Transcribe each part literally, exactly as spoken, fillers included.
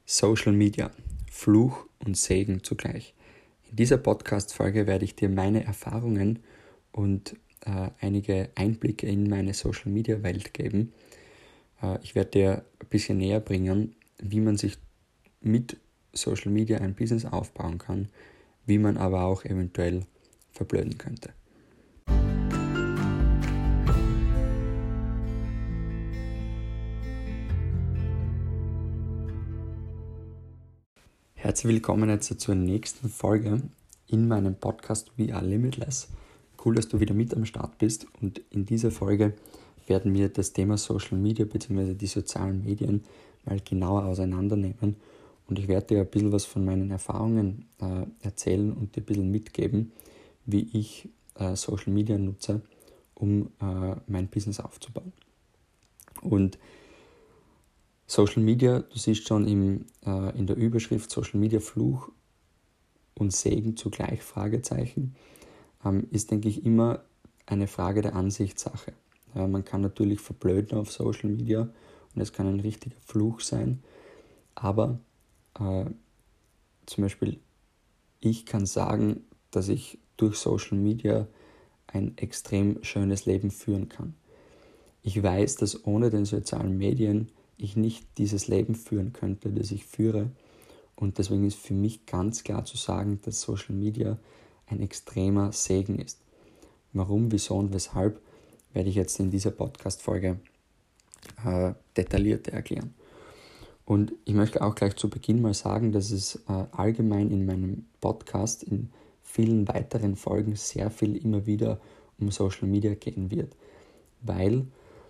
Social Media, Fluch und Segen zugleich. In dieser Podcast-Folge werde ich dir meine Erfahrungen und äh, einige Einblicke in meine Social Media Welt geben. Äh, ich werde dir ein bisschen näher bringen, wie man sich mit Social Media ein Business aufbauen kann, wie man aber auch eventuell verblöden könnte. Herzlich willkommen jetzt zur nächsten Folge in meinem Podcast We Are Limitless. Cool, dass du wieder mit am Start bist, und in dieser Folge werden wir das Thema Social Media bzw. die sozialen Medien mal genauer auseinandernehmen, und ich werde dir ein bisschen was von meinen Erfahrungen äh, erzählen und dir ein bisschen mitgeben, wie ich äh, Social Media nutze, um äh, mein Business aufzubauen. Und Social Media, du siehst schon im, äh, in der Überschrift Social Media Fluch und Segen zugleich, Fragezeichen, ähm, ist, denke ich, immer eine Frage der Ansichtssache. Ja, man kann natürlich verblöden auf Social Media und es kann ein richtiger Fluch sein, aber äh, zum Beispiel ich kann sagen, dass ich durch Social Media ein extrem schönes Leben führen kann. Ich weiß, dass ohne den sozialen Medien ich nicht dieses Leben führen könnte, das ich führe. Und deswegen ist für mich ganz klar zu sagen, dass Social Media ein extremer Segen ist. Warum, wieso und weshalb, werde ich jetzt in dieser Podcast-Folge äh, detaillierter erklären. Und ich möchte auch gleich zu Beginn mal sagen, dass es äh, allgemein in meinem Podcast in vielen weiteren Folgen sehr viel immer wieder um Social Media gehen wird, weil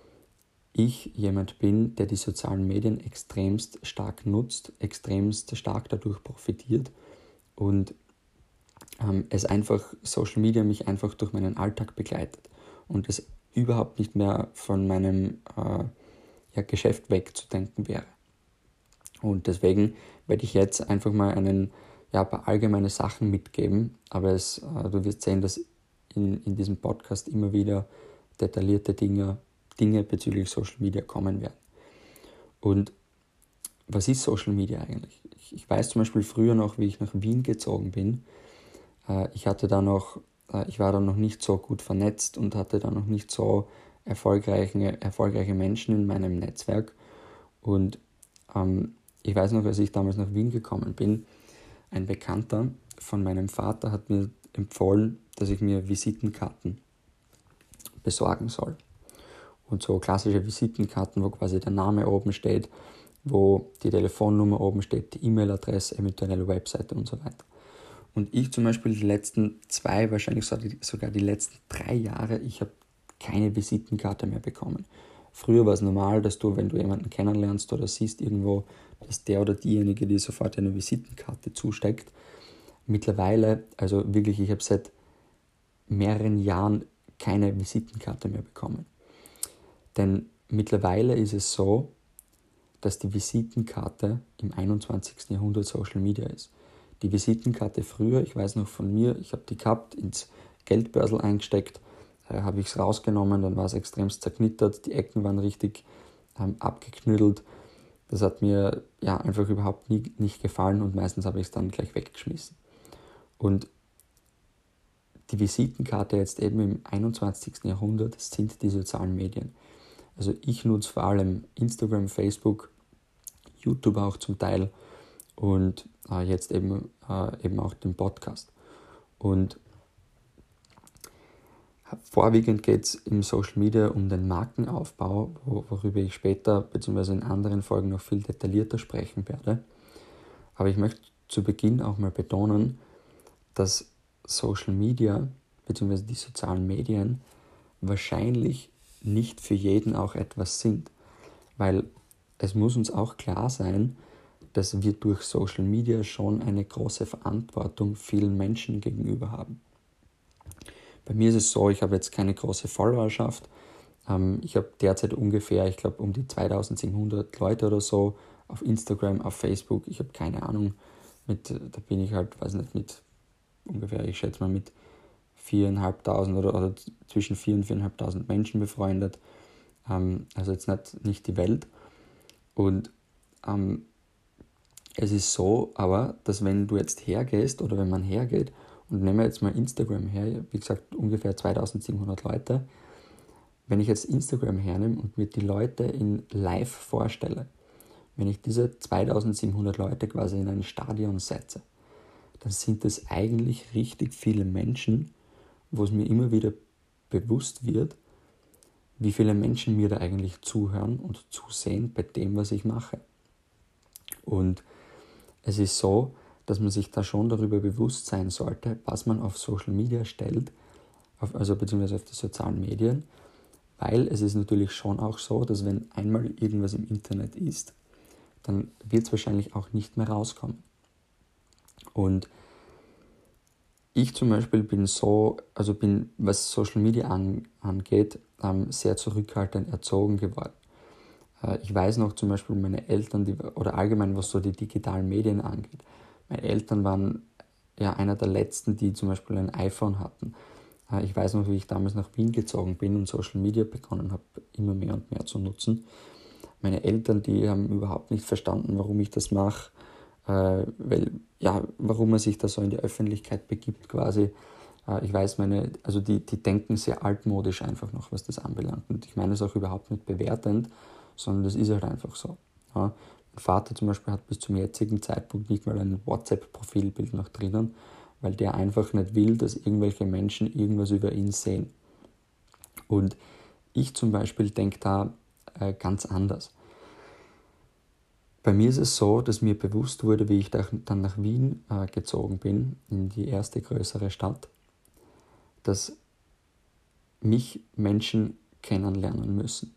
ich jemand bin, der die sozialen Medien extremst stark nutzt, extremst stark dadurch profitiert und ähm, es einfach, Social Media mich einfach durch meinen Alltag begleitet und es überhaupt nicht mehr von meinem äh, ja, Geschäft wegzudenken wäre. Und deswegen werde ich jetzt einfach mal einen, ja, ein paar allgemeine Sachen mitgeben, aber es, äh, du wirst sehen, dass in, in diesem Podcast immer wieder detaillierte Dinge Dinge bezüglich Social Media kommen werden. Und was ist Social Media eigentlich? Ich weiß zum Beispiel früher noch, wie ich nach Wien gezogen bin. Ich hatte da noch, ich war da noch nicht so gut vernetzt und hatte da noch nicht so erfolgreiche, erfolgreiche Menschen in meinem Netzwerk. Und ähm, ich weiß noch, als ich damals nach Wien gekommen bin, ein Bekannter von meinem Vater hat mir empfohlen, dass ich mir Visitenkarten besorgen soll. Und so klassische Visitenkarten, wo quasi der Name oben steht, wo die Telefonnummer oben steht, die E-Mail-Adresse, eventuelle Webseite und so weiter. Und ich zum Beispiel die letzten zwei, wahrscheinlich sogar die letzten drei Jahre, ich habe keine Visitenkarte mehr bekommen. Früher war es normal, dass du, wenn du jemanden kennenlernst oder siehst irgendwo, dass der oder diejenige dir sofort eine Visitenkarte zusteckt. Mittlerweile, also wirklich, ich habe seit mehreren Jahren keine Visitenkarte mehr bekommen. Denn mittlerweile ist es so, dass die Visitenkarte im einundzwanzigsten Jahrhundert Social Media ist. Die Visitenkarte früher, ich weiß noch von mir, ich habe die gehabt, ins Geldbörsel eingesteckt, äh, habe ich es rausgenommen, dann war es extrem zerknittert, die Ecken waren richtig ähm, abgeknüttelt. Das hat mir ja einfach überhaupt nie, nicht gefallen und meistens habe ich es dann gleich weggeschmissen. Und die Visitenkarte jetzt eben im einundzwanzigsten Jahrhundert sind die sozialen Medien. Also ich nutze vor allem Instagram, Facebook, YouTube auch zum Teil und äh, jetzt eben, äh, eben auch den Podcast. Und vorwiegend geht es im Social Media um den Markenaufbau, wo, worüber ich später bzw. in anderen Folgen noch viel detaillierter sprechen werde. Aber ich möchte zu Beginn auch mal betonen, dass Social Media bzw. die sozialen Medien wahrscheinlich nicht für jeden auch etwas sind, weil es muss uns auch klar sein, dass wir durch Social Media schon eine große Verantwortung vielen Menschen gegenüber haben. Bei mir ist es so, ich habe jetzt keine große Followerschaft, ähm, ich habe derzeit ungefähr, ich glaube um die zweitausendsiebenhundert Leute oder so auf Instagram, auf Facebook, ich habe keine Ahnung, mit, da bin ich halt, weiß nicht, mit ungefähr, ich schätze mal mit viertausendfünfhundert oder, oder zwischen viertausend und viertausendfünfhundert Menschen befreundet. Ähm, also jetzt nicht, nicht die Welt. Und ähm, es ist so aber, dass wenn du jetzt hergehst oder wenn man hergeht und nehmen wir jetzt mal Instagram her, wie gesagt ungefähr zweitausendsiebenhundert Leute, wenn ich jetzt Instagram hernehme und mir die Leute in live vorstelle, wenn ich diese zweitausendsiebenhundert Leute quasi in ein Stadion setze, dann sind das eigentlich richtig viele Menschen, wo es mir immer wieder bewusst wird, wie viele Menschen mir da eigentlich zuhören und zusehen bei dem, was ich mache. Und es ist so, dass man sich da schon darüber bewusst sein sollte, was man auf Social Media stellt, auf, also beziehungsweise auf die sozialen Medien, weil es ist natürlich schon auch so, dass wenn einmal irgendwas im Internet ist, dann wird es wahrscheinlich auch nicht mehr rauskommen. Und ich zum Beispiel bin so, also bin, was Social Media an, angeht, ähm, sehr zurückhaltend erzogen geworden. Äh, ich weiß noch zum Beispiel meine Eltern, die, oder allgemein was so die digitalen Medien angeht. Meine Eltern waren ja einer der letzten, die zum Beispiel ein iPhone hatten. Äh, ich weiß noch, wie ich damals nach Wien gezogen bin und Social Media begonnen habe, immer mehr und mehr zu nutzen. Meine Eltern, die haben überhaupt nicht verstanden, warum ich das mache. Weil, ja, warum man sich da so in die Öffentlichkeit begibt quasi. Ich weiß, meine, also die, die denken sehr altmodisch einfach noch, was das anbelangt. Und ich meine das auch überhaupt nicht bewertend, sondern das ist halt einfach so. Ja, mein Vater zum Beispiel hat bis zum jetzigen Zeitpunkt nicht mal ein WhatsApp-Profilbild noch drinnen, weil der einfach nicht will, dass irgendwelche Menschen irgendwas über ihn sehen. Und ich zum Beispiel denke da äh, ganz anders. Bei mir ist es so, dass mir bewusst wurde, wie ich dann nach Wien äh, gezogen bin, in die erste größere Stadt, dass mich Menschen kennenlernen müssen.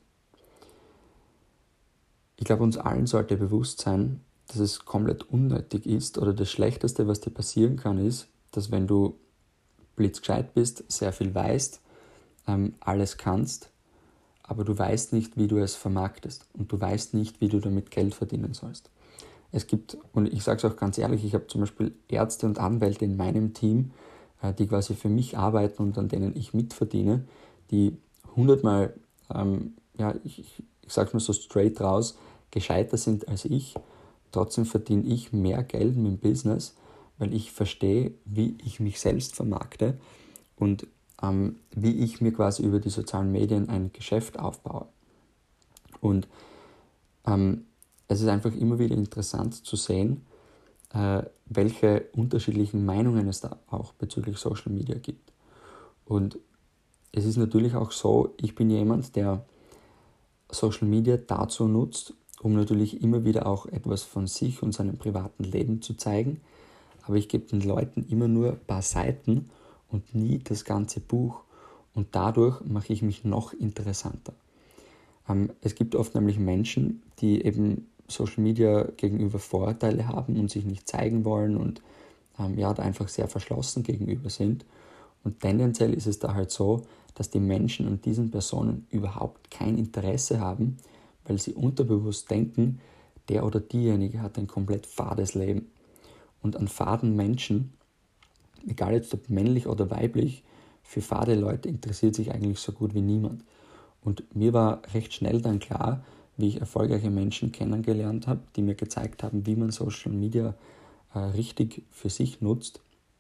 Ich glaube, uns allen sollte bewusst sein, dass es komplett unnötig ist oder das Schlechteste, was dir passieren kann, ist, dass wenn du blitzgescheit bist, sehr viel weißt, ähm, alles kannst, aber du weißt nicht, wie du es vermarktest und du weißt nicht, wie du damit Geld verdienen sollst. Es gibt, und ich sage es auch ganz ehrlich, ich habe zum Beispiel Ärzte und Anwälte in meinem Team, die quasi für mich arbeiten und an denen ich mitverdiene, die hundertmal, ähm, ja, ich, ich, ich sage es mal so straight raus, gescheiter sind als ich. Trotzdem verdiene ich mehr Geld mit dem Business, weil ich verstehe, wie ich mich selbst vermarkte und ähm, wie ich mir quasi über die sozialen Medien ein Geschäft aufbaue. Und ähm, es ist einfach immer wieder interessant zu sehen, äh, welche unterschiedlichen Meinungen es da auch bezüglich Social Media gibt. Und es ist natürlich auch so, ich bin jemand, der Social Media dazu nutzt, um natürlich immer wieder auch etwas von sich und seinem privaten Leben zu zeigen. Aber ich gebe den Leuten immer nur ein paar Seiten und nie das ganze Buch. Und dadurch mache ich mich noch interessanter. Ähm, es gibt oft nämlich Menschen, die eben Social Media gegenüber Vorurteile haben und sich nicht zeigen wollen und ähm, ja, da einfach sehr verschlossen gegenüber sind. Und tendenziell ist es da halt so, dass die Menschen an diesen Personen überhaupt kein Interesse haben, weil sie unterbewusst denken, der oder diejenige hat ein komplett fades Leben. Und an faden Menschen, egal jetzt ob männlich oder weiblich, für fade Leute interessiert sich eigentlich so gut wie niemand. Und mir war recht schnell dann klar, wie ich erfolgreiche Menschen kennengelernt habe, die mir gezeigt haben, wie man Social Media äh, richtig für sich nutzt,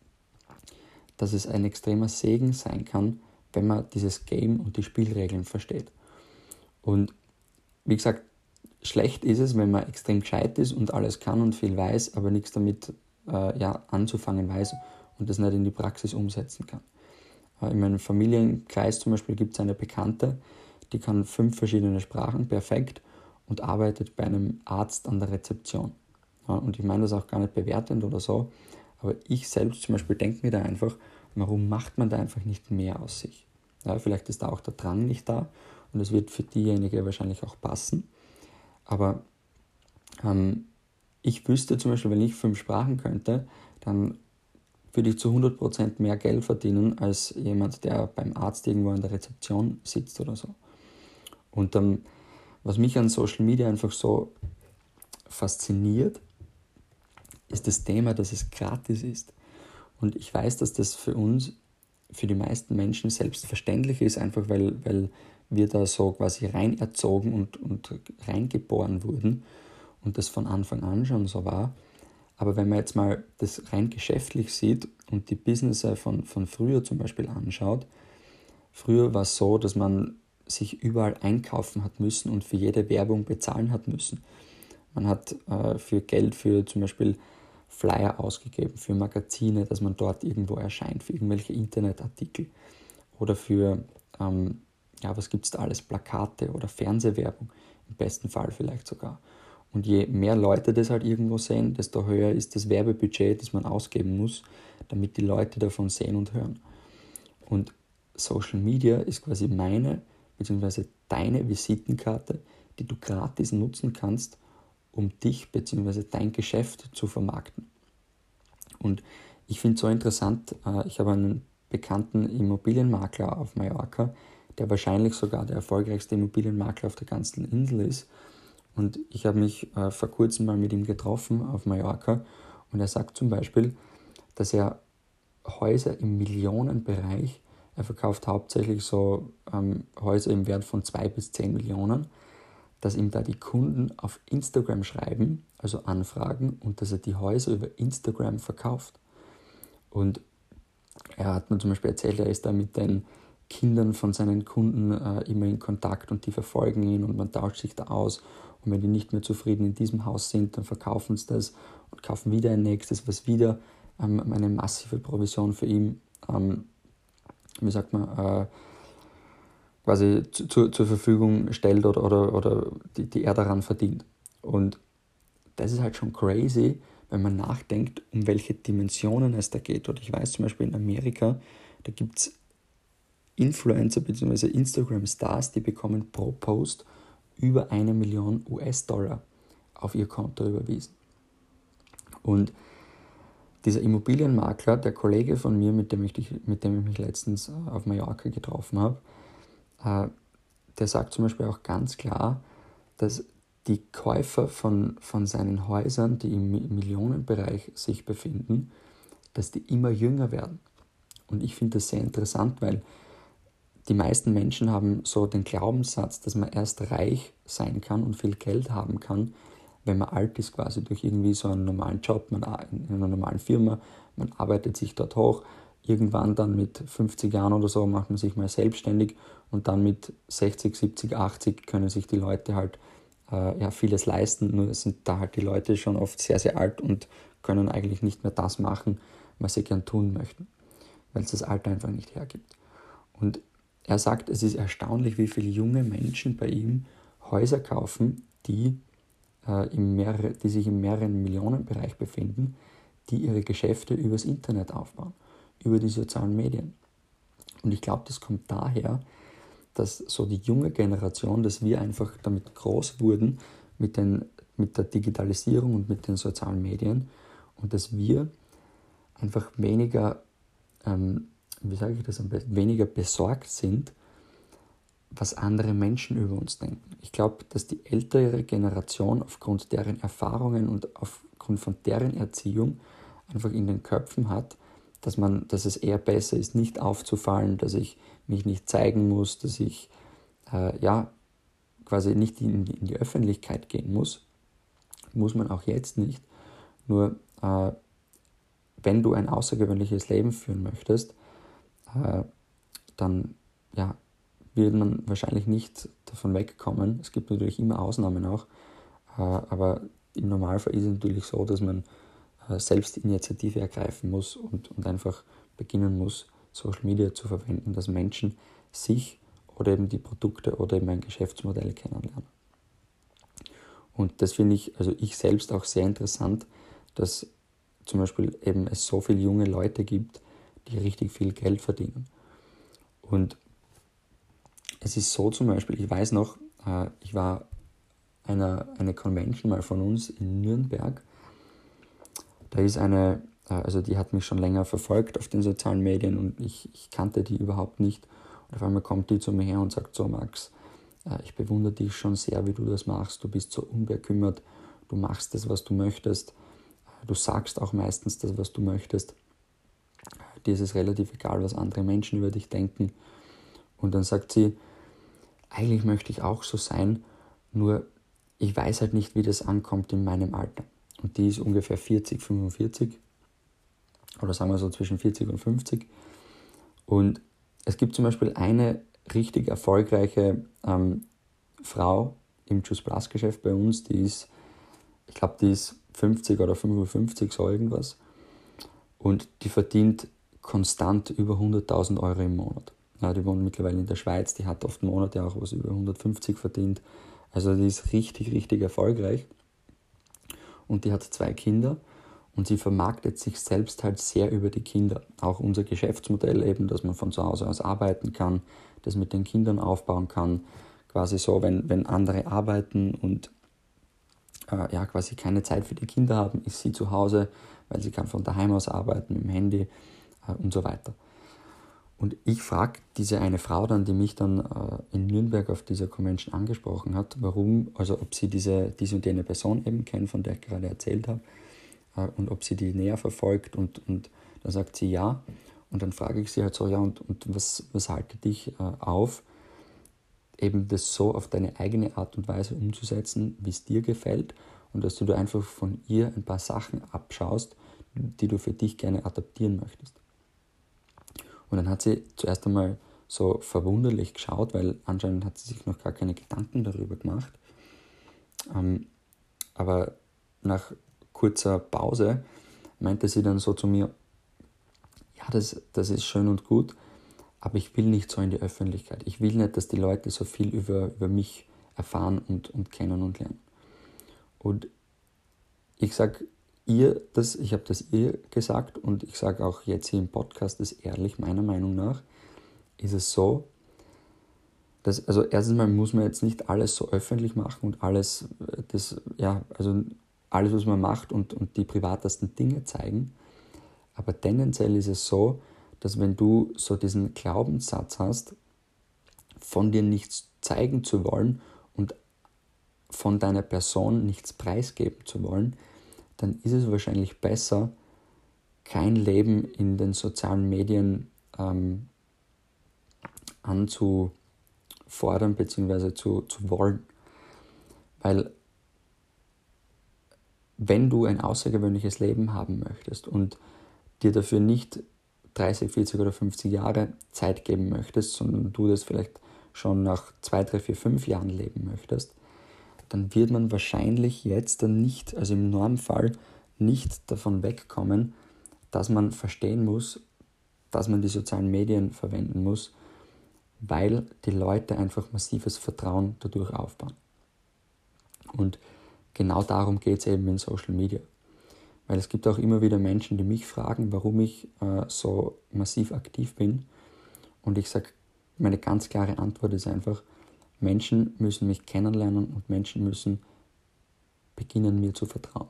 dass es ein extremer Segen sein kann, wenn man dieses Game und die Spielregeln versteht. Und wie gesagt, schlecht ist es, wenn man extrem gescheit ist und alles kann und viel weiß, aber nichts damit äh, ja, anzufangen weiß und das nicht in die Praxis umsetzen kann. Äh, in meinem Familienkreis zum Beispiel gibt es eine Bekannte, die kann fünf verschiedene Sprachen perfekt und arbeitet bei einem Arzt an der Rezeption. Ja, und ich meine das auch gar nicht bewertend oder so, aber ich selbst zum Beispiel denke mir da einfach, warum macht man da einfach nicht mehr aus sich? Ja, vielleicht ist da auch der Drang nicht da und es wird für diejenige wahrscheinlich auch passen. Aber ähm, ich wüsste zum Beispiel, wenn ich fünf Sprachen könnte, dann würde ich zu hundert Prozent mehr Geld verdienen als jemand, der beim Arzt irgendwo an der Rezeption sitzt oder so. Und ähm, was mich an Social Media einfach so fasziniert, ist das Thema, dass es gratis ist. Und ich weiß, dass das für uns, für die meisten Menschen selbstverständlich ist, einfach weil, weil wir da so quasi rein erzogen und, und reingeboren wurden und das von Anfang an schon so war. Aber wenn man jetzt mal das rein geschäftlich sieht und die Businesses von, von früher zum Beispiel anschaut, früher war es so, dass man sich überall einkaufen hat müssen und für jede Werbung bezahlen hat müssen. Man hat äh, für Geld für zum Beispiel Flyer ausgegeben, für Magazine, dass man dort irgendwo erscheint, für irgendwelche Internetartikel oder für, ähm, ja, was gibt es da alles, Plakate oder Fernsehwerbung, im besten Fall vielleicht sogar. Und je mehr Leute das halt irgendwo sehen, desto höher ist das Werbebudget, das man ausgeben muss, damit die Leute davon sehen und hören. Und Social Media ist quasi meine bzw. deine Visitenkarte, die du gratis nutzen kannst, um dich bzw. dein Geschäft zu vermarkten. Und ich finde es so interessant, ich habe einen bekannten Immobilienmakler auf Mallorca, der wahrscheinlich sogar der erfolgreichste Immobilienmakler auf der ganzen Insel ist. Und ich habe mich äh, vor kurzem mal mit ihm getroffen auf Mallorca und er sagt zum Beispiel, dass er Häuser im Millionenbereich, er verkauft hauptsächlich so ähm, Häuser im Wert von zwei bis zehn Millionen, dass ihm da die Kunden auf Instagram schreiben, also anfragen und dass er die Häuser über Instagram verkauft. Und er hat mir zum Beispiel erzählt, er ist da mit den Kindern von seinen Kunden äh, immer in Kontakt und die verfolgen ihn und man tauscht sich da aus. Und wenn die nicht mehr zufrieden in diesem Haus sind, dann verkaufen sie das und kaufen wieder ein nächstes, was wieder ähm, eine massive Provision für ihn, ähm, wie sagt man, äh, quasi zu, zu, zur Verfügung stellt oder, oder, oder die, die er daran verdient. Und das ist halt schon crazy, wenn man nachdenkt, um welche Dimensionen es da geht. Und ich weiß zum Beispiel in Amerika, da gibt es Influencer bzw. Instagram-Stars, die bekommen pro Post über eine Million U S-Dollar auf ihr Konto überwiesen. Und dieser Immobilienmakler, der Kollege von mir, mit dem ich, mit dem ich mich letztens auf Mallorca getroffen habe, äh, der sagt zum Beispiel auch ganz klar, dass die Käufer von, von seinen Häusern, die im Millionenbereich sich befinden, dass die immer jünger werden. Und ich finde das sehr interessant, weil die meisten Menschen haben so den Glaubenssatz, dass man erst reich sein kann und viel Geld haben kann, wenn man alt ist, quasi durch irgendwie so einen normalen Job, man in einer normalen Firma, man arbeitet sich dort hoch, irgendwann dann mit fünfzig Jahren oder so macht man sich mal selbstständig und dann mit sechzig, siebzig, achtzig können sich die Leute halt äh, ja, vieles leisten, nur sind da halt die Leute schon oft sehr, sehr alt und können eigentlich nicht mehr das machen, was sie gern tun möchten, weil es das Alter einfach nicht hergibt. Und er sagt, es ist erstaunlich, wie viele junge Menschen bei ihm Häuser kaufen, die, äh, im mehrere, die sich im mehreren Millionenbereich befinden, die ihre Geschäfte übers Internet aufbauen, über die sozialen Medien. Und ich glaube, das kommt daher, dass so die junge Generation, dass wir einfach damit groß wurden, mit, den, mit der Digitalisierung und mit den sozialen Medien und dass wir einfach weniger ähm, wie sage ich das am besten, weniger besorgt sind, was andere Menschen über uns denken. Ich glaube, dass die ältere Generation aufgrund deren Erfahrungen und aufgrund von deren Erziehung einfach in den Köpfen hat, dass man, dass es eher besser ist, nicht aufzufallen, dass ich mich nicht zeigen muss, dass ich äh, ja quasi nicht in die, in die Öffentlichkeit gehen muss. Muss man auch jetzt nicht. Nur äh, wenn du ein außergewöhnliches Leben führen möchtest, dann ja, wird man wahrscheinlich nicht davon wegkommen. Es gibt natürlich immer Ausnahmen auch, aber im Normalfall ist es natürlich so, dass man selbst die Initiative ergreifen muss und, und einfach beginnen muss, Social Media zu verwenden, dass Menschen sich oder eben die Produkte oder eben ein Geschäftsmodell kennenlernen. Und das finde ich, also ich selbst auch sehr interessant, dass zum Beispiel eben es so viele junge Leute gibt, die richtig viel Geld verdienen. Und es ist so zum Beispiel, ich weiß noch, ich war eine, eine Convention mal von uns in Nürnberg. Da ist eine, also die hat mich schon länger verfolgt auf den sozialen Medien und ich, ich kannte die überhaupt nicht. Und auf einmal kommt die zu mir her und sagt so, Max, ich bewundere dich schon sehr, wie du das machst. Du bist so unbekümmert, du machst das, was du möchtest. Du sagst auch meistens das, was du möchtest. Dir ist es relativ egal, was andere Menschen über dich denken. Und dann sagt sie, eigentlich möchte ich auch so sein, nur ich weiß halt nicht, wie das ankommt in meinem Alter. und die ist ungefähr vierzig, fünfundvierzig oder sagen wir so zwischen vierzig und fünfzig. Und es gibt zum Beispiel eine richtig erfolgreiche ähm, Frau im Juice Plus Geschäft bei uns, die ist, ich glaube, die ist fünfzig oder fünfundfünfzig, so irgendwas. Und die verdient konstant über hunderttausend Euro im Monat. Ja, die wohnt mittlerweile in der Schweiz, die hat oft Monate auch was über hundertfünfzig verdient. Also die ist richtig, richtig erfolgreich. Und die hat zwei Kinder und sie vermarktet sich selbst halt sehr über die Kinder. Auch unser Geschäftsmodell eben, dass man von zu Hause aus arbeiten kann, das mit den Kindern aufbauen kann. Quasi so, wenn, wenn andere arbeiten und äh, ja, quasi keine Zeit für die Kinder haben, ist sie zu Hause, weil sie kann von daheim aus arbeiten, mit dem Handy äh, und so weiter. Und ich frage diese eine Frau dann, die mich dann äh, in Nürnberg auf dieser Convention angesprochen hat, warum, also ob sie diese, diese und jene Person eben kennt, von der ich gerade erzählt habe, äh, und ob sie die näher verfolgt, und, und dann sagt sie ja. Und dann frage ich sie halt so, ja, und, und was, was haltet dich äh, auf, eben das so auf deine eigene Art und Weise umzusetzen, wie es dir gefällt, und dass du da einfach von ihr ein paar Sachen abschaust, die du für dich gerne adaptieren möchtest. Und dann hat sie zuerst einmal so verwunderlich geschaut, weil anscheinend hat sie sich noch gar keine Gedanken darüber gemacht. Ähm, aber nach kurzer Pause meinte sie dann so zu mir, ja, das, das ist schön und gut, aber ich will nicht so in die Öffentlichkeit. Ich will nicht, dass die Leute so viel über, über mich erfahren und, und kennen und lernen. Und ich sage ihr das, ich habe das ihr gesagt, und ich sage auch jetzt hier im Podcast das ehrlich, meiner Meinung nach ist es so, dass, also erstens mal muss man jetzt nicht alles so öffentlich machen und alles, das, ja, also alles, was man macht und, und die privatesten Dinge zeigen, aber tendenziell ist es so, dass wenn du so diesen Glaubenssatz hast, von dir nichts zeigen zu wollen und von deiner Person nichts preisgeben zu wollen, dann ist es wahrscheinlich besser, kein Leben in den sozialen Medien ähm, anzufordern bzw. Zu, zu wollen. Weil wenn du ein außergewöhnliches Leben haben möchtest und dir dafür nicht dreißig, vierzig oder fünfzig Jahre Zeit geben möchtest, sondern du das vielleicht schon nach zwei, drei, vier, fünf Jahren leben möchtest, dann wird man wahrscheinlich jetzt dann nicht, also im Normfall, nicht davon wegkommen, dass man verstehen muss, dass man die sozialen Medien verwenden muss, weil die Leute einfach massives Vertrauen dadurch aufbauen. Und genau darum geht es eben in Social Media. Weil es gibt auch immer wieder Menschen, die mich fragen, warum ich äh, so massiv aktiv bin. Und ich sage, meine ganz klare Antwort ist einfach, Menschen müssen mich kennenlernen und Menschen müssen beginnen, mir zu vertrauen.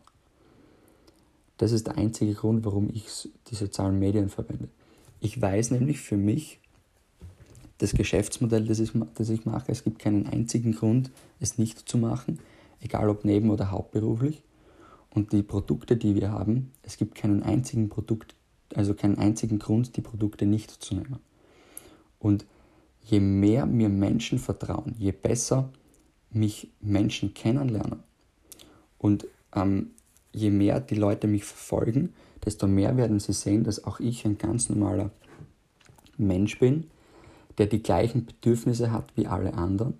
Das ist der einzige Grund, warum ich die sozialen Medien verwende. Ich weiß nämlich für mich, das Geschäftsmodell, das ich, das ich mache, es gibt keinen einzigen Grund, es nicht zu machen, egal ob neben- oder hauptberuflich. Und die Produkte, die wir haben, es gibt keinen einzigen Produkt, also keinen einzigen Grund, die Produkte nicht zu nehmen. Und je mehr mir Menschen vertrauen, je besser mich Menschen kennenlernen und ähm, je mehr die Leute mich verfolgen, desto mehr werden sie sehen, dass auch ich ein ganz normaler Mensch bin, der die gleichen Bedürfnisse hat wie alle anderen,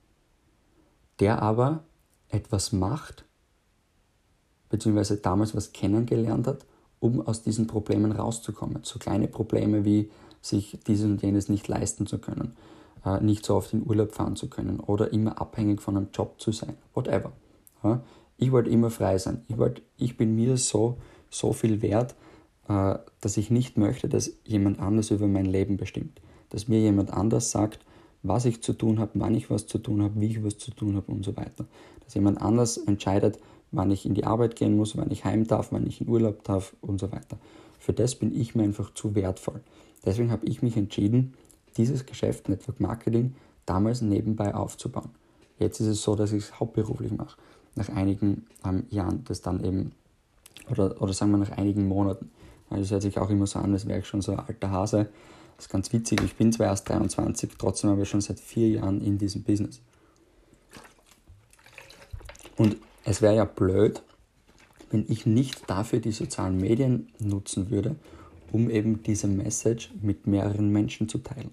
der aber etwas macht, beziehungsweise damals was kennengelernt hat, um aus diesen Problemen rauszukommen. So kleine Probleme wie sich dieses und jenes nicht leisten zu können, äh, nicht so oft in Urlaub fahren zu können oder immer abhängig von einem Job zu sein, whatever. Ja? Ich wollte immer frei sein. Ich, wollte, ich bin mir so, so viel wert, äh, dass ich nicht möchte, dass jemand anders über mein Leben bestimmt. Dass mir jemand anders sagt, was ich zu tun habe, wann ich was zu tun habe, wie ich was zu tun habe und so weiter. Dass jemand anders entscheidet, wann ich in die Arbeit gehen muss, wann ich heim darf, wann ich in Urlaub darf und so weiter. Für das bin ich mir einfach zu wertvoll. Deswegen habe ich mich entschieden, dieses Geschäft Network Marketing damals nebenbei aufzubauen. Jetzt ist es so, dass ich es hauptberuflich mache. Nach einigen ähm, Jahren, das dann eben, oder, oder sagen wir nach einigen Monaten. Das hört sich auch immer so an, als wäre ich schon so ein alter Hase. Das ist ganz witzig. Ich bin zwar erst dreiundzwanzig, trotzdem aber schon seit vier Jahren in diesem Business. Und es wäre ja blöd, wenn ich nicht dafür die sozialen Medien nutzen würde, um eben diese Message mit mehreren Menschen zu teilen.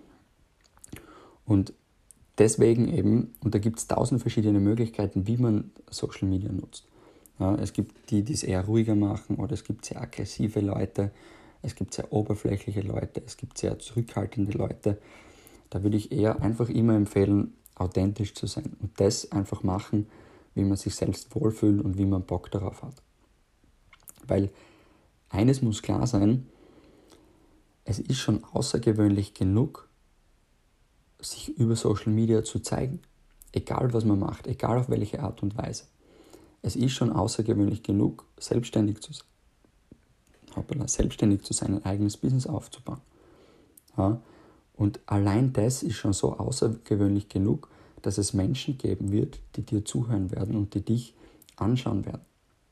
Und deswegen eben, und da gibt es tausend verschiedene Möglichkeiten, wie man Social Media nutzt. Ja, es gibt die, die es eher ruhiger machen, oder es gibt sehr aggressive Leute, es gibt sehr oberflächliche Leute, es gibt sehr zurückhaltende Leute. Da würde ich eher einfach immer empfehlen, authentisch zu sein und das einfach machen, wie man sich selbst wohlfühlt und wie man Bock darauf hat. Weil eines muss klar sein, es ist schon außergewöhnlich genug, sich über Social Media zu zeigen. Egal was man macht, egal auf welche Art und Weise. Es ist schon außergewöhnlich genug, selbstständig zu sein. Hoppala, selbstständig zu sein, ein eigenes Business aufzubauen. Ja? Und allein das ist schon so außergewöhnlich genug, dass es Menschen geben wird, die dir zuhören werden und die dich anschauen werden.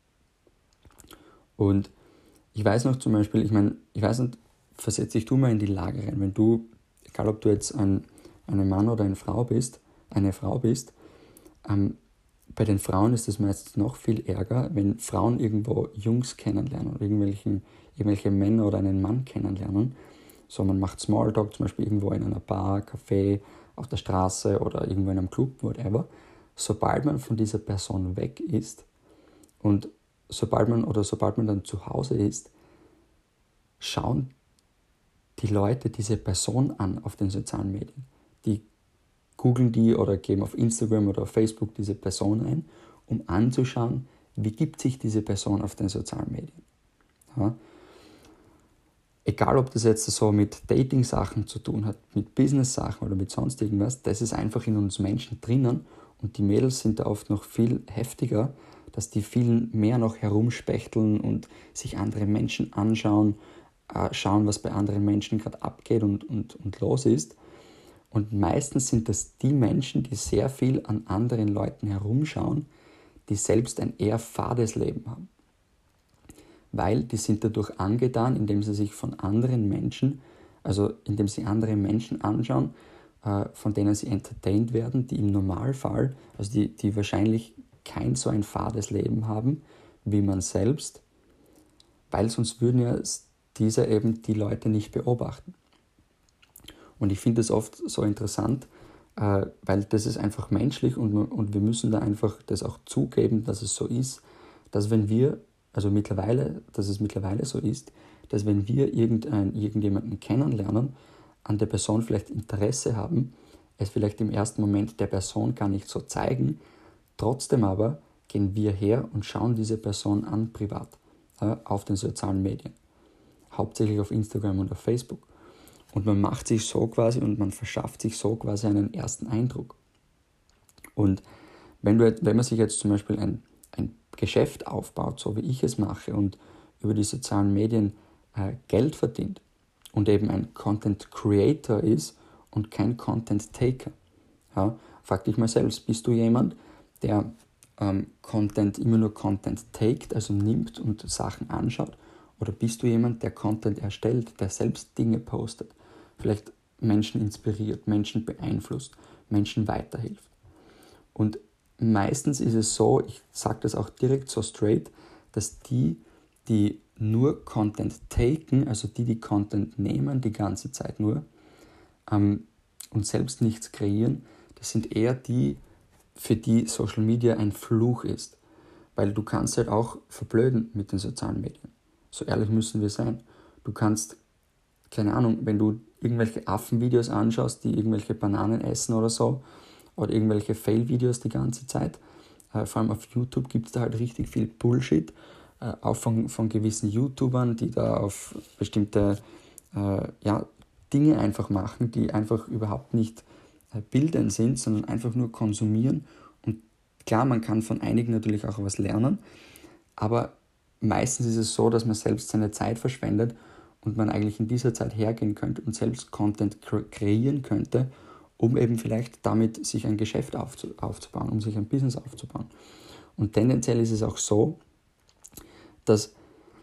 Und ich weiß noch zum Beispiel, ich meine, ich weiß nicht, versetz dich du mal in die Lage rein, wenn du, egal ob du jetzt ein, ein Mann oder eine Frau bist, eine Frau bist, ähm, bei den Frauen ist es meistens noch viel ärger, wenn Frauen irgendwo Jungs kennenlernen oder irgendwelchen, irgendwelche Männer oder einen Mann kennenlernen. So, man macht Smalltalk, zum Beispiel irgendwo in einer Bar, Café, auf der Straße oder irgendwo in einem Club, whatever. Sobald man von dieser Person weg ist und sobald man oder sobald man dann zu Hause ist, schauen die Leute diese Person an auf den sozialen Medien. Die googeln die oder geben auf Instagram oder auf Facebook diese Person ein, um anzuschauen, wie gibt sich diese Person auf den sozialen Medien. Ja? Egal, ob das jetzt so mit Dating-Sachen zu tun hat, mit Business-Sachen oder mit sonst irgendwas, das ist einfach in uns Menschen drinnen und die Mädels sind da oft noch viel heftiger, dass die viel mehr noch herumspechteln und sich andere Menschen anschauen, äh, schauen, was bei anderen Menschen gerade abgeht und, und, und los ist. Und meistens sind das die Menschen, die sehr viel an anderen Leuten herumschauen, die selbst ein eher fades Leben haben. Weil die sind dadurch angetan, indem sie sich von anderen Menschen, also indem sie andere Menschen anschauen, äh, von denen sie entertained werden, die im Normalfall, also die, die wahrscheinlich kein so ein fades Leben haben, wie man selbst, weil sonst würden ja diese eben die Leute nicht beobachten. Und ich finde das oft so interessant, äh, weil das ist einfach menschlich und, und wir müssen da einfach das auch zugeben, dass es so ist, dass wenn wir, also mittlerweile, dass es mittlerweile so ist, dass wenn wir irgendein, irgendjemanden kennenlernen, an der Person vielleicht Interesse haben, es vielleicht im ersten Moment der Person gar nicht so zeigen, trotzdem aber gehen wir her und schauen diese Person an privat, äh, auf den sozialen Medien, hauptsächlich auf Instagram und auf Facebook. Und man macht sich so quasi und man verschafft sich so quasi einen ersten Eindruck. Und wenn, du, wenn man sich jetzt zum Beispiel ein, ein Geschäft aufbaut, so wie ich es mache und über die sozialen Medien äh, Geld verdient und eben ein Content Creator ist und kein Content Taker, ja, frag dich mal selbst, bist du jemand, der ähm, Content, immer nur Content taked, also nimmt und Sachen anschaut, oder bist du jemand, der Content erstellt, der selbst Dinge postet, vielleicht Menschen inspiriert, Menschen beeinflusst, Menschen weiterhilft. Und meistens ist es so, ich sage das auch direkt so straight, dass die, die nur Content taken, also die, die Content nehmen, die ganze Zeit nur, ähm, und selbst nichts kreieren, das sind eher die, für die Social Media ein Fluch ist. Weil du kannst halt auch verblöden mit den sozialen Medien. So ehrlich müssen wir sein. Du kannst, keine Ahnung, wenn du irgendwelche Affenvideos anschaust, die irgendwelche Bananen essen oder so, oder irgendwelche Fail-Videos die ganze Zeit, äh, vor allem auf YouTube gibt es da halt richtig viel Bullshit, äh, auch von, von gewissen YouTubern, die da auf bestimmte äh, ja, Dinge einfach machen, die einfach überhaupt nicht äh, bildend sind, sondern einfach nur konsumieren. Und klar, man kann von einigen natürlich auch was lernen, aber meistens ist es so, dass man selbst seine Zeit verschwendet und man eigentlich in dieser Zeit hergehen könnte und selbst Content kreieren könnte, um eben vielleicht damit sich ein Geschäft aufzubauen, um sich ein Business aufzubauen. Und tendenziell ist es auch so, dass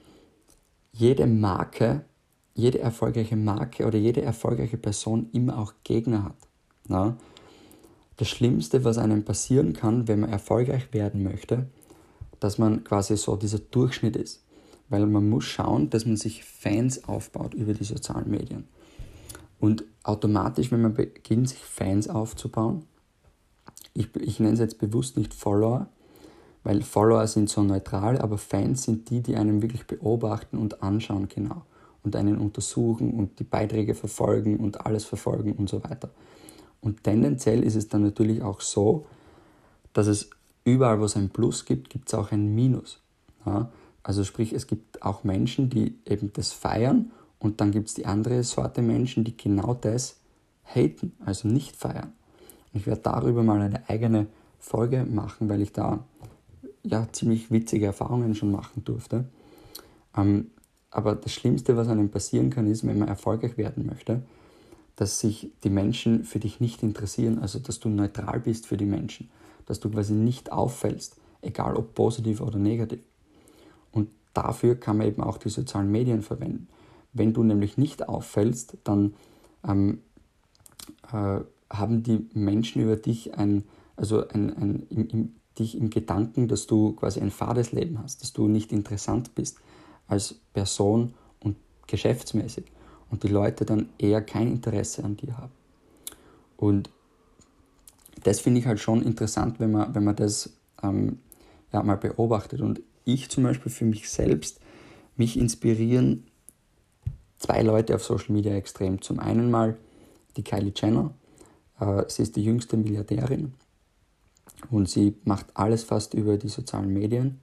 jede Marke, jede erfolgreiche Marke oder jede erfolgreiche Person immer auch Gegner hat. Das Schlimmste, was einem passieren kann, wenn man erfolgreich werden möchte, dass man quasi so dieser Durchschnitt ist. Weil man muss schauen, dass man sich Fans aufbaut über die sozialen Medien. Und automatisch, wenn man beginnt, sich Fans aufzubauen, ich, ich nenne es jetzt bewusst nicht Follower, weil Follower sind so neutral, aber Fans sind die, die einen wirklich beobachten und anschauen genau und einen untersuchen und die Beiträge verfolgen und alles verfolgen und so weiter. Und tendenziell ist es dann natürlich auch so, dass es überall, wo es ein Plus gibt, gibt es auch ein Minus. Ja? Also sprich, es gibt auch Menschen, die eben das feiern und dann gibt es die andere Sorte Menschen, die genau das haten, also nicht feiern. Und ich werde darüber mal eine eigene Folge machen, weil ich da ja ziemlich witzige Erfahrungen schon machen durfte. Ähm, aber das Schlimmste, was einem passieren kann, ist, wenn man erfolgreich werden möchte, dass sich die Menschen für dich nicht interessieren, also dass du neutral bist für die Menschen, dass du quasi nicht auffällst, egal ob positiv oder negativ. Und dafür kann man eben auch die sozialen Medien verwenden. Wenn du nämlich nicht auffällst, dann ähm, äh, haben die Menschen über dich ein, also ein, ein, im, im, dich im Gedanken, dass du quasi ein fades Leben hast, dass du nicht interessant bist als Person und geschäftsmäßig und die Leute dann eher kein Interesse an dir haben. Und das finde ich halt schon interessant, wenn man, wenn man das ähm, ja, mal beobachtet. Und ich zum Beispiel für mich selbst, mich inspirieren zwei Leute auf Social Media extrem. Zum einen mal die Kylie Jenner. Äh, sie ist die jüngste Milliardärin und sie macht alles fast über die sozialen Medien.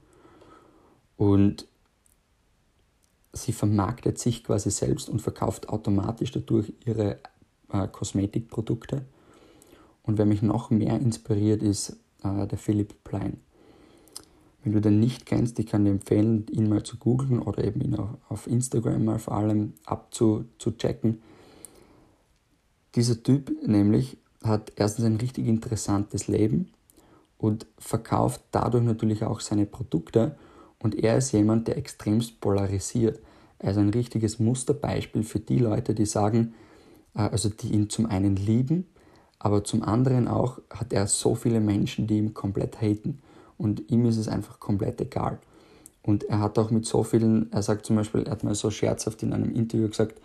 Und sie vermarktet sich quasi selbst und verkauft automatisch dadurch ihre äh, Kosmetikprodukte. Und wer mich noch mehr inspiriert, ist äh, der Philipp Plein. Wenn du den nicht kennst, ich kann dir empfehlen, ihn mal zu googlen oder eben ihn auf, auf Instagram mal vor allem abzuchecken. Dieser Typ nämlich hat erstens ein richtig interessantes Leben und verkauft dadurch natürlich auch seine Produkte. Und er ist jemand, der extremst polarisiert. Er ist ein richtiges Musterbeispiel für die Leute, die sagen, also die ihn zum einen lieben, aber zum anderen auch hat er so viele Menschen, die ihn komplett haten. Und ihm ist es einfach komplett egal. Und er hat auch mit so vielen, er sagt zum Beispiel, er hat mal so scherzhaft in einem Interview gesagt,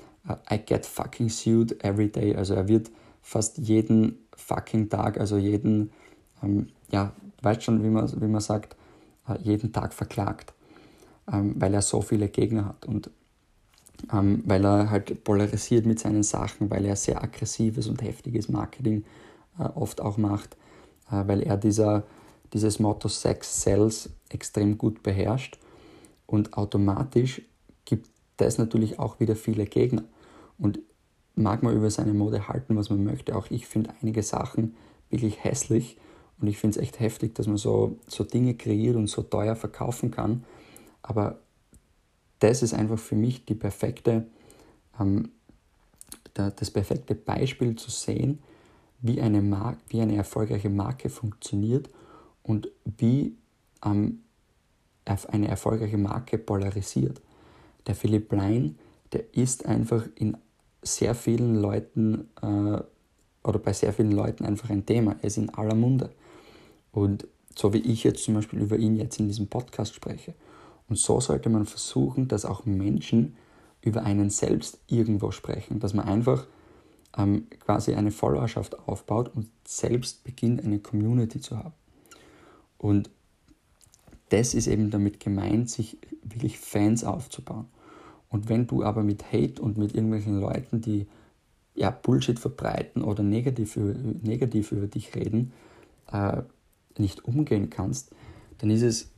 I get fucking sued every day. Also er wird fast jeden fucking Tag, also jeden, ähm, ja, weißt schon, wie man, wie man sagt, jeden Tag verklagt, ähm, weil er so viele Gegner hat und ähm, weil er halt polarisiert mit seinen Sachen, weil er sehr aggressives und heftiges Marketing äh, oft auch macht, äh, weil er dieser, dieses Motto Sex Sells extrem gut beherrscht und automatisch gibt das natürlich auch wieder viele Gegner und mag man über seine Mode halten, was man möchte. Auch ich finde einige Sachen wirklich hässlich. Und ich finde es echt heftig, dass man so, so Dinge kreiert und so teuer verkaufen kann. Aber das ist einfach für mich die perfekte, ähm, der, das perfekte Beispiel zu sehen, wie eine, Mar- wie eine erfolgreiche Marke funktioniert und wie ähm, eine erfolgreiche Marke polarisiert. Der Philipp Plein, der ist einfach in sehr vielen Leuten äh, oder bei sehr vielen Leuten einfach ein Thema. Er ist in aller Munde. Und so wie ich jetzt zum Beispiel über ihn jetzt in diesem Podcast spreche. Und so sollte man versuchen, dass auch Menschen über einen selbst irgendwo sprechen. Dass man einfach ähm, quasi eine Followerschaft aufbaut und selbst beginnt, eine Community zu haben. Und das ist eben damit gemeint, sich wirklich Fans aufzubauen. Und wenn du aber mit Hate und mit irgendwelchen Leuten, die ja, Bullshit verbreiten oder negativ über, negativ über dich reden, äh, nicht umgehen kannst, dann ist es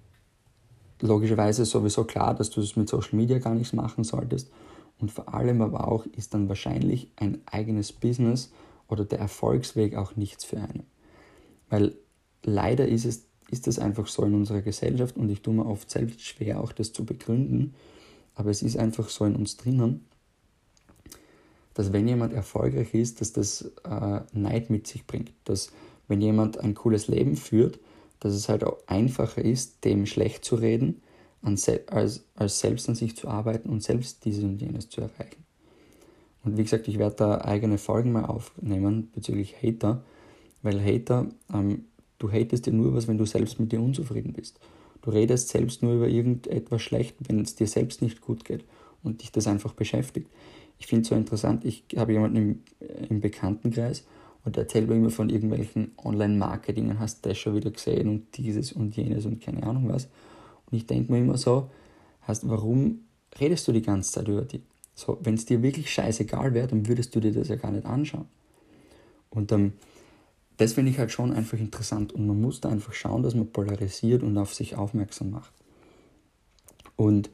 logischerweise sowieso klar, dass du es mit Social Media gar nichts machen solltest und vor allem aber auch ist dann wahrscheinlich ein eigenes Business oder der Erfolgsweg auch nichts für einen. Weil leider ist es ist es einfach so in unserer Gesellschaft und ich tue mir oft selbst schwer, auch das zu begründen, aber es ist einfach so in uns drinnen, dass wenn jemand erfolgreich ist, dass das äh, Neid mit sich bringt, dass wenn jemand ein cooles Leben führt, dass es halt auch einfacher ist, dem schlecht zu reden, als, als selbst an sich zu arbeiten und selbst dieses und jenes zu erreichen. Und wie gesagt, ich werde da eigene Folgen mal aufnehmen bezüglich Hater, weil Hater, ähm, Du hatest ja nur was, wenn du selbst mit dir unzufrieden bist. Du redest selbst nur über irgendetwas schlecht, wenn es dir selbst nicht gut geht und dich das einfach beschäftigt. Ich finde es so interessant, ich habe jemanden im, im Bekanntenkreis und der erzählt mir immer von irgendwelchen Online-Marketing, hast du das schon wieder gesehen und dieses und jenes und keine Ahnung was. Und ich denke mir immer so, heißt, warum redest du die ganze Zeit über die? So, wenn es dir wirklich scheißegal wäre, dann würdest du dir das ja gar nicht anschauen. Und ähm, das finde ich halt schon einfach interessant und man muss da einfach schauen, dass man polarisiert und auf sich aufmerksam macht. Und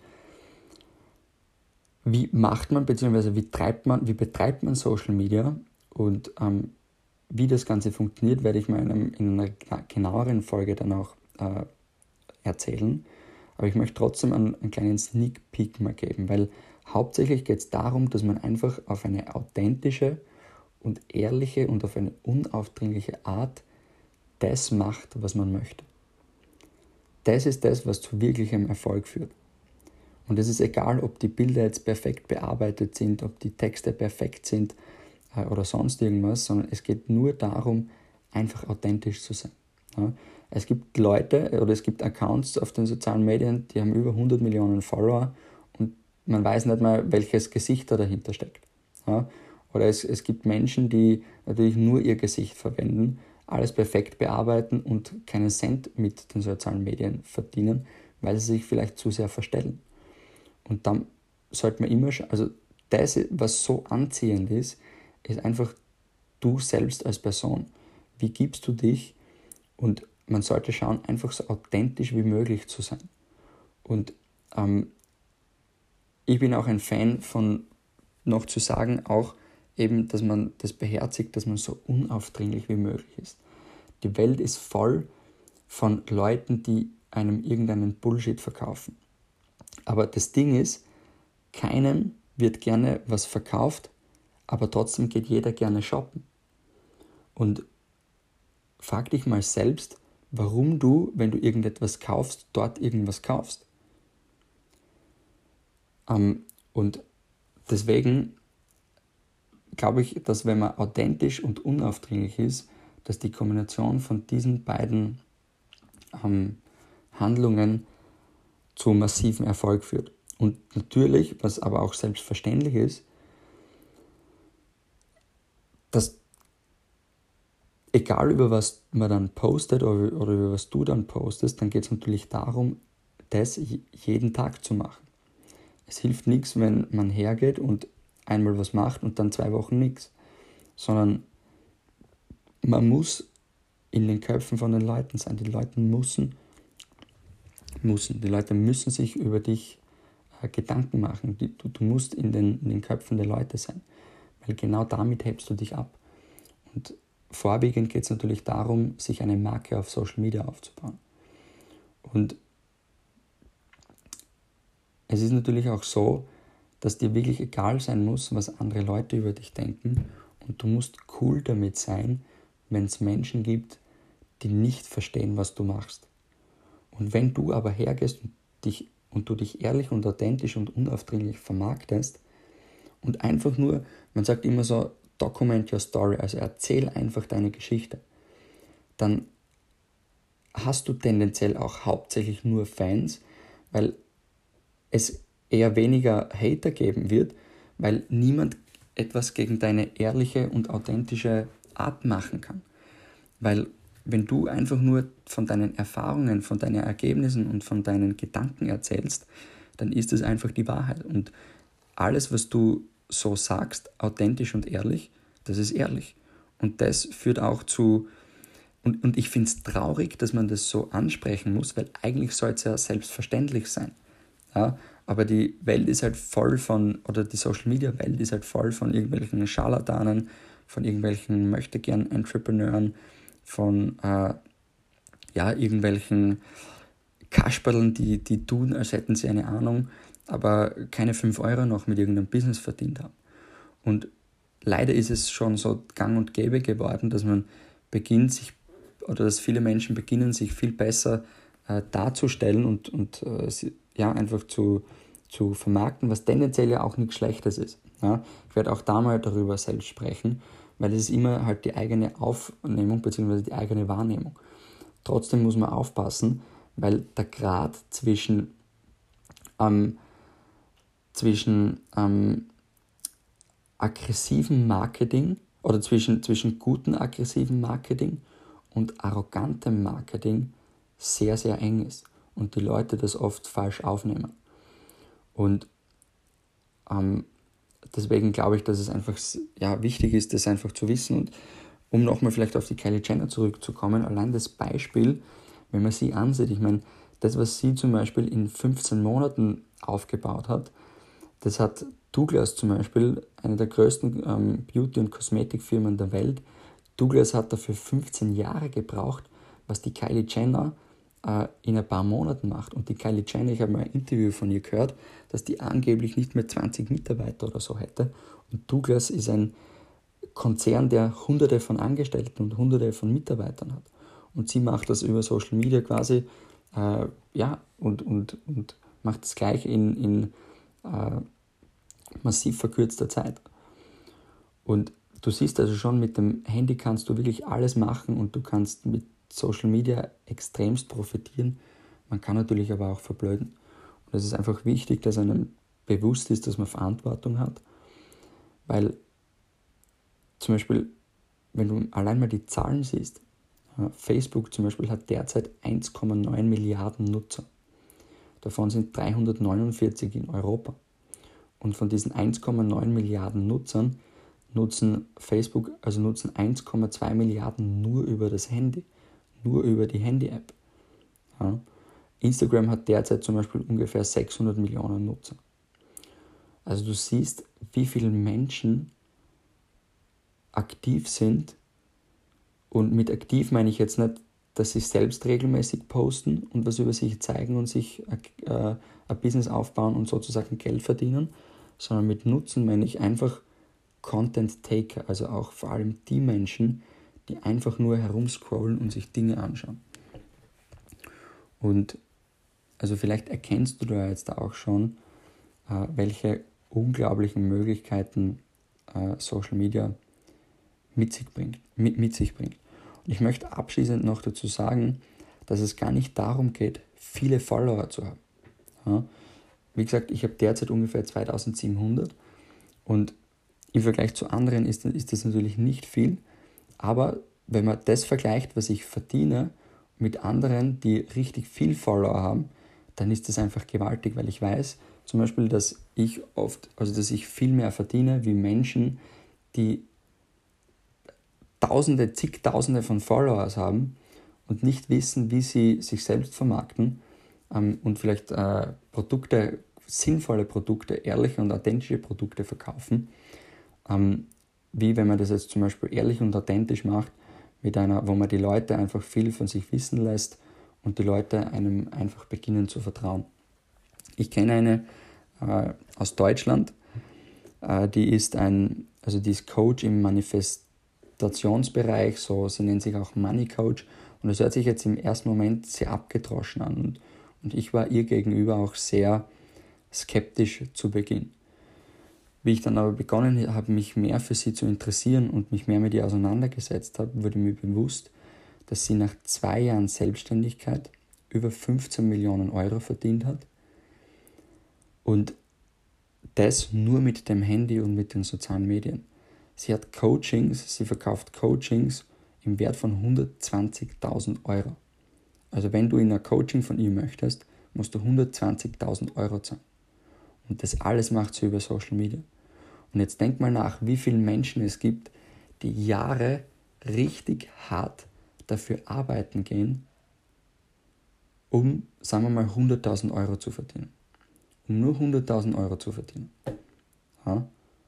wie macht man, beziehungsweise wie treibt man, wie betreibt man Social Media und ähm, wie das Ganze funktioniert, werde ich mal in, einem, in einer genaueren Folge dann auch äh, erzählen. Aber ich möchte trotzdem einen, einen kleinen Sneak Peek mal geben, weil hauptsächlich geht es darum, dass man einfach auf eine authentische und ehrliche und auf eine unaufdringliche Art das macht, was man möchte. Das ist das, was zu wirklichem Erfolg führt. Und es ist egal, ob die Bilder jetzt perfekt bearbeitet sind, ob die Texte perfekt sind äh, oder sonst irgendwas, sondern es geht nur darum, einfach authentisch zu sein. Ja? Es gibt Leute oder es gibt Accounts auf den sozialen Medien, die haben über hundert Millionen Follower und man weiß nicht mal, welches Gesicht da dahinter steckt. Ja? Oder es, es gibt Menschen, die natürlich nur ihr Gesicht verwenden, alles perfekt bearbeiten und keinen Cent mit den sozialen Medien verdienen, weil sie sich vielleicht zu sehr verstellen. Und dann sollte man immer, also das, was so anziehend ist, ist einfach du selbst als Person. Wie gibst du dich? Und man sollte schauen, einfach so authentisch wie möglich zu sein. Und ähm, ich bin auch ein Fan von, noch zu sagen, auch eben, dass man das beherzigt, dass man so unaufdringlich wie möglich ist. Die Welt ist voll von Leuten, die einem irgendeinen Bullshit verkaufen. Aber das Ding ist, keinem wird gerne was verkauft, aber trotzdem geht jeder gerne shoppen. Und frag dich mal selbst, warum du, wenn du irgendetwas kaufst, dort irgendwas kaufst. Ähm, und deswegen glaube ich, dass wenn man authentisch und unaufdringlich ist, dass die Kombination von diesen beiden ähm, Handlungen zu massivem Erfolg führt. Und natürlich, was aber auch selbstverständlich ist, dass egal über was man dann postet oder, oder über was du dann postest, dann geht es natürlich darum, das jeden Tag zu machen. Es hilft nichts, wenn man hergeht und einmal was macht und dann zwei Wochen nichts, sondern man muss in den Köpfen von den Leuten sein. Die Leute müssen, müssen, die Leute müssen sich über dich äh, Gedanken machen. Die, du, du musst in den, in den Köpfen der Leute sein, weil genau damit hebst du dich ab. Und vorwiegend geht es natürlich darum, sich eine Marke auf Social Media aufzubauen. Und es ist natürlich auch so, dass dir wirklich egal sein muss, was andere Leute über dich denken. Und du musst cool damit sein, wenn es Menschen gibt, die nicht verstehen, was du machst. Und wenn du aber hergehst und, dich, und du dich ehrlich und authentisch und unaufdringlich vermarktest und einfach nur, man sagt immer so, document your story, also erzähl einfach deine Geschichte, dann hast du tendenziell auch hauptsächlich nur Fans, weil es eher weniger Hater geben wird, weil niemand etwas gegen deine ehrliche und authentische Art machen kann. Weil wenn du einfach nur von deinen Erfahrungen, von deinen Ergebnissen und von deinen Gedanken erzählst, dann ist es einfach die Wahrheit. Und alles, was du so sagst, authentisch und ehrlich, das ist ehrlich. Und das führt auch zu, und, und ich finde es traurig, dass man das so ansprechen muss, weil eigentlich soll es ja selbstverständlich sein. Ja, aber die Welt ist halt voll von, oder die Social-Media-Welt ist halt voll von irgendwelchen Scharlatanen, von irgendwelchen Möchtegern-Entrepreneuren, von äh, ja, irgendwelchen Kasperln, die, die tun, als hätten sie eine Ahnung, aber keine fünf Euro noch mit irgendeinem Business verdient haben. Und leider ist es schon so gang und gäbe geworden, dass man beginnt, sich, oder dass viele Menschen beginnen, sich viel besser äh, darzustellen und, und äh, ja, einfach zu, zu vermarkten, was tendenziell ja auch nichts Schlechtes ist. Ja? Ich werde auch da mal darüber selbst sprechen, weil es ist immer halt die eigene Aufnehmung bzw. die eigene Wahrnehmung. Trotzdem muss man aufpassen, weil der Grad zwischen, ähm, zwischen ähm, aggressivem Marketing oder zwischen, zwischen gutem aggressivem Marketing und arrogantem Marketing sehr, sehr eng ist und die Leute das oft falsch aufnehmen. Und ähm, deswegen glaube ich, dass es einfach ja, wichtig ist, das einfach zu wissen. Und um nochmal vielleicht auf die Kylie Jenner zurückzukommen, allein das Beispiel, wenn man sie ansieht, ich meine, das, was sie zum Beispiel in fünfzehn Monaten aufgebaut hat, das hat Douglas zum Beispiel, eine der größten ähm, Beauty- und Kosmetikfirmen der Welt. Douglas hat dafür fünfzehn Jahre gebraucht, was die Kylie Jenner äh, in ein paar Monaten macht. Und die Kylie Jenner, ich habe mal ein Interview von ihr gehört, dass die angeblich nicht mehr zwanzig Mitarbeiter oder so hätte. Und Douglas ist ein Konzern, der hunderte von Angestellten und hunderte von Mitarbeitern hat. Und sie macht das über Social Media quasi, äh, ja, und, und, und macht das gleich in, in äh, massiv verkürzter Zeit. Und du siehst also schon, mit dem Handy kannst du wirklich alles machen und du kannst mit Social Media extremst profitieren. Man kann natürlich aber auch verblöden. Und es ist einfach wichtig, dass einem bewusst ist, dass man Verantwortung hat. Weil zum Beispiel, wenn du allein mal die Zahlen siehst, Facebook zum Beispiel hat derzeit eins Komma neun Milliarden Nutzer. Davon sind dreihundertneunundvierzig in Europa. Und von diesen eins Komma neun Milliarden Nutzern nutzen Facebook, also nutzen eins Komma zwei Milliarden nur über das Handy, nur über die Handy-App. Ja. Instagram hat derzeit zum Beispiel ungefähr sechshundert Millionen Nutzer. Also du siehst, wie viele Menschen aktiv sind, und mit aktiv meine ich jetzt nicht, dass sie selbst regelmäßig posten und was über sich zeigen und sich äh, ein Business aufbauen und sozusagen Geld verdienen, sondern mit Nutzen meine ich einfach Content-Taker, also auch vor allem die Menschen, die einfach nur herumscrollen und sich Dinge anschauen. Und also vielleicht erkennst du da jetzt auch schon, äh, welche unglaublichen Möglichkeiten äh, Social Media mit sich bringt. Mit, mit sich bringt. Und ich möchte abschließend noch dazu sagen, dass es gar nicht darum geht, viele Follower zu haben. Ja? Wie gesagt, ich habe derzeit ungefähr zweitausendsiebenhundert und im Vergleich zu anderen ist, ist das natürlich nicht viel, aber wenn man das vergleicht, was ich verdiene, mit anderen, die richtig viel Follower haben, dann ist das einfach gewaltig, weil ich weiß zum Beispiel, dass ich oft, also dass ich viel mehr verdiene wie Menschen, die Tausende, zigtausende von Followers haben und nicht wissen, wie sie sich selbst vermarkten ähm, und vielleicht äh, Produkte, sinnvolle Produkte, ehrliche und authentische Produkte verkaufen, ähm, wie wenn man das jetzt zum Beispiel ehrlich und authentisch macht, mit einer, wo man die Leute einfach viel von sich wissen lässt und die Leute einem einfach beginnen zu vertrauen. Ich kenne eine äh, aus Deutschland, äh, die ist ein, also die ist Coach im Manifestationsbereich, so, sie nennt sich auch Money Coach und das hört sich jetzt im ersten Moment sehr abgedroschen an und, und ich war ihr gegenüber auch sehr skeptisch zu Beginn. Wie ich dann aber begonnen habe, mich mehr für sie zu interessieren und mich mehr mit ihr auseinandergesetzt habe, wurde mir bewusst, dass sie nach zwei Jahren Selbstständigkeit über fünfzehn Millionen Euro verdient hat und das nur mit dem Handy und mit den sozialen Medien. Sie hat Coachings, sie verkauft Coachings im Wert von hundertzwanzigtausend Euro. Also wenn du in ein Coaching von ihr möchtest, musst du hundertzwanzigtausend Euro zahlen. Und das alles macht sie über Social Media. Und jetzt denk mal nach, wie viele Menschen es gibt, die Jahre richtig hart dafür arbeiten gehen, um, sagen wir mal, hunderttausend Euro zu verdienen. Um nur hunderttausend Euro zu verdienen. Ja?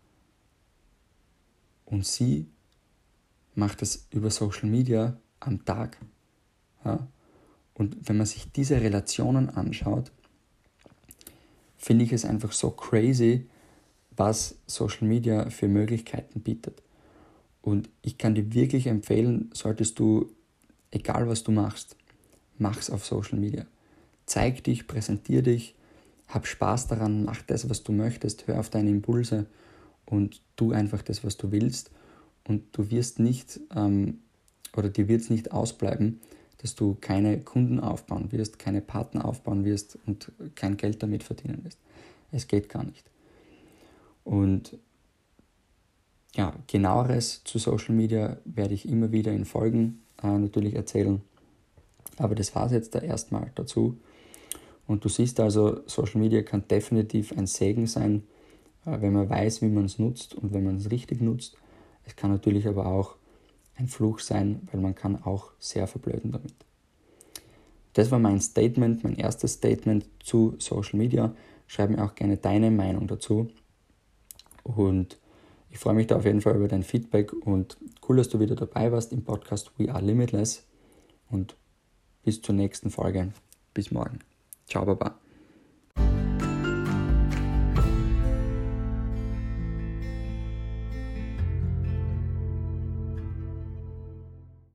Und sie macht das über Social Media am Tag. Ja? Und wenn man sich diese Relationen anschaut, finde ich es einfach so crazy, was Social Media für Möglichkeiten bietet. Und ich kann dir wirklich empfehlen, solltest du, egal was du machst, mach's auf Social Media. Zeig dich, präsentier dich, hab Spaß daran, mach das, was du möchtest, hör auf deine Impulse und tu einfach das, was du willst. Und du wirst nicht, ähm, oder dir wird es nicht ausbleiben, dass du keine Kunden aufbauen wirst, keine Partner aufbauen wirst und kein Geld damit verdienen wirst. Es geht gar nicht. Und ja, genaueres zu Social Media werde ich immer wieder in Folgen äh, natürlich erzählen. Aber das war es jetzt da erstmal dazu. Und du siehst also, Social Media kann definitiv ein Segen sein, äh, wenn man weiß, wie man es nutzt und wenn man es richtig nutzt. Es kann natürlich aber auch ein Fluch sein, weil man kann auch sehr verblöden damit. Das war mein Statement, mein erstes Statement zu Social Media. Schreib mir auch gerne deine Meinung dazu. Und ich freue mich da auf jeden Fall über dein Feedback und cool, dass du wieder dabei warst im Podcast We Are Limitless. Und bis zur nächsten Folge. Bis morgen. Ciao, Baba.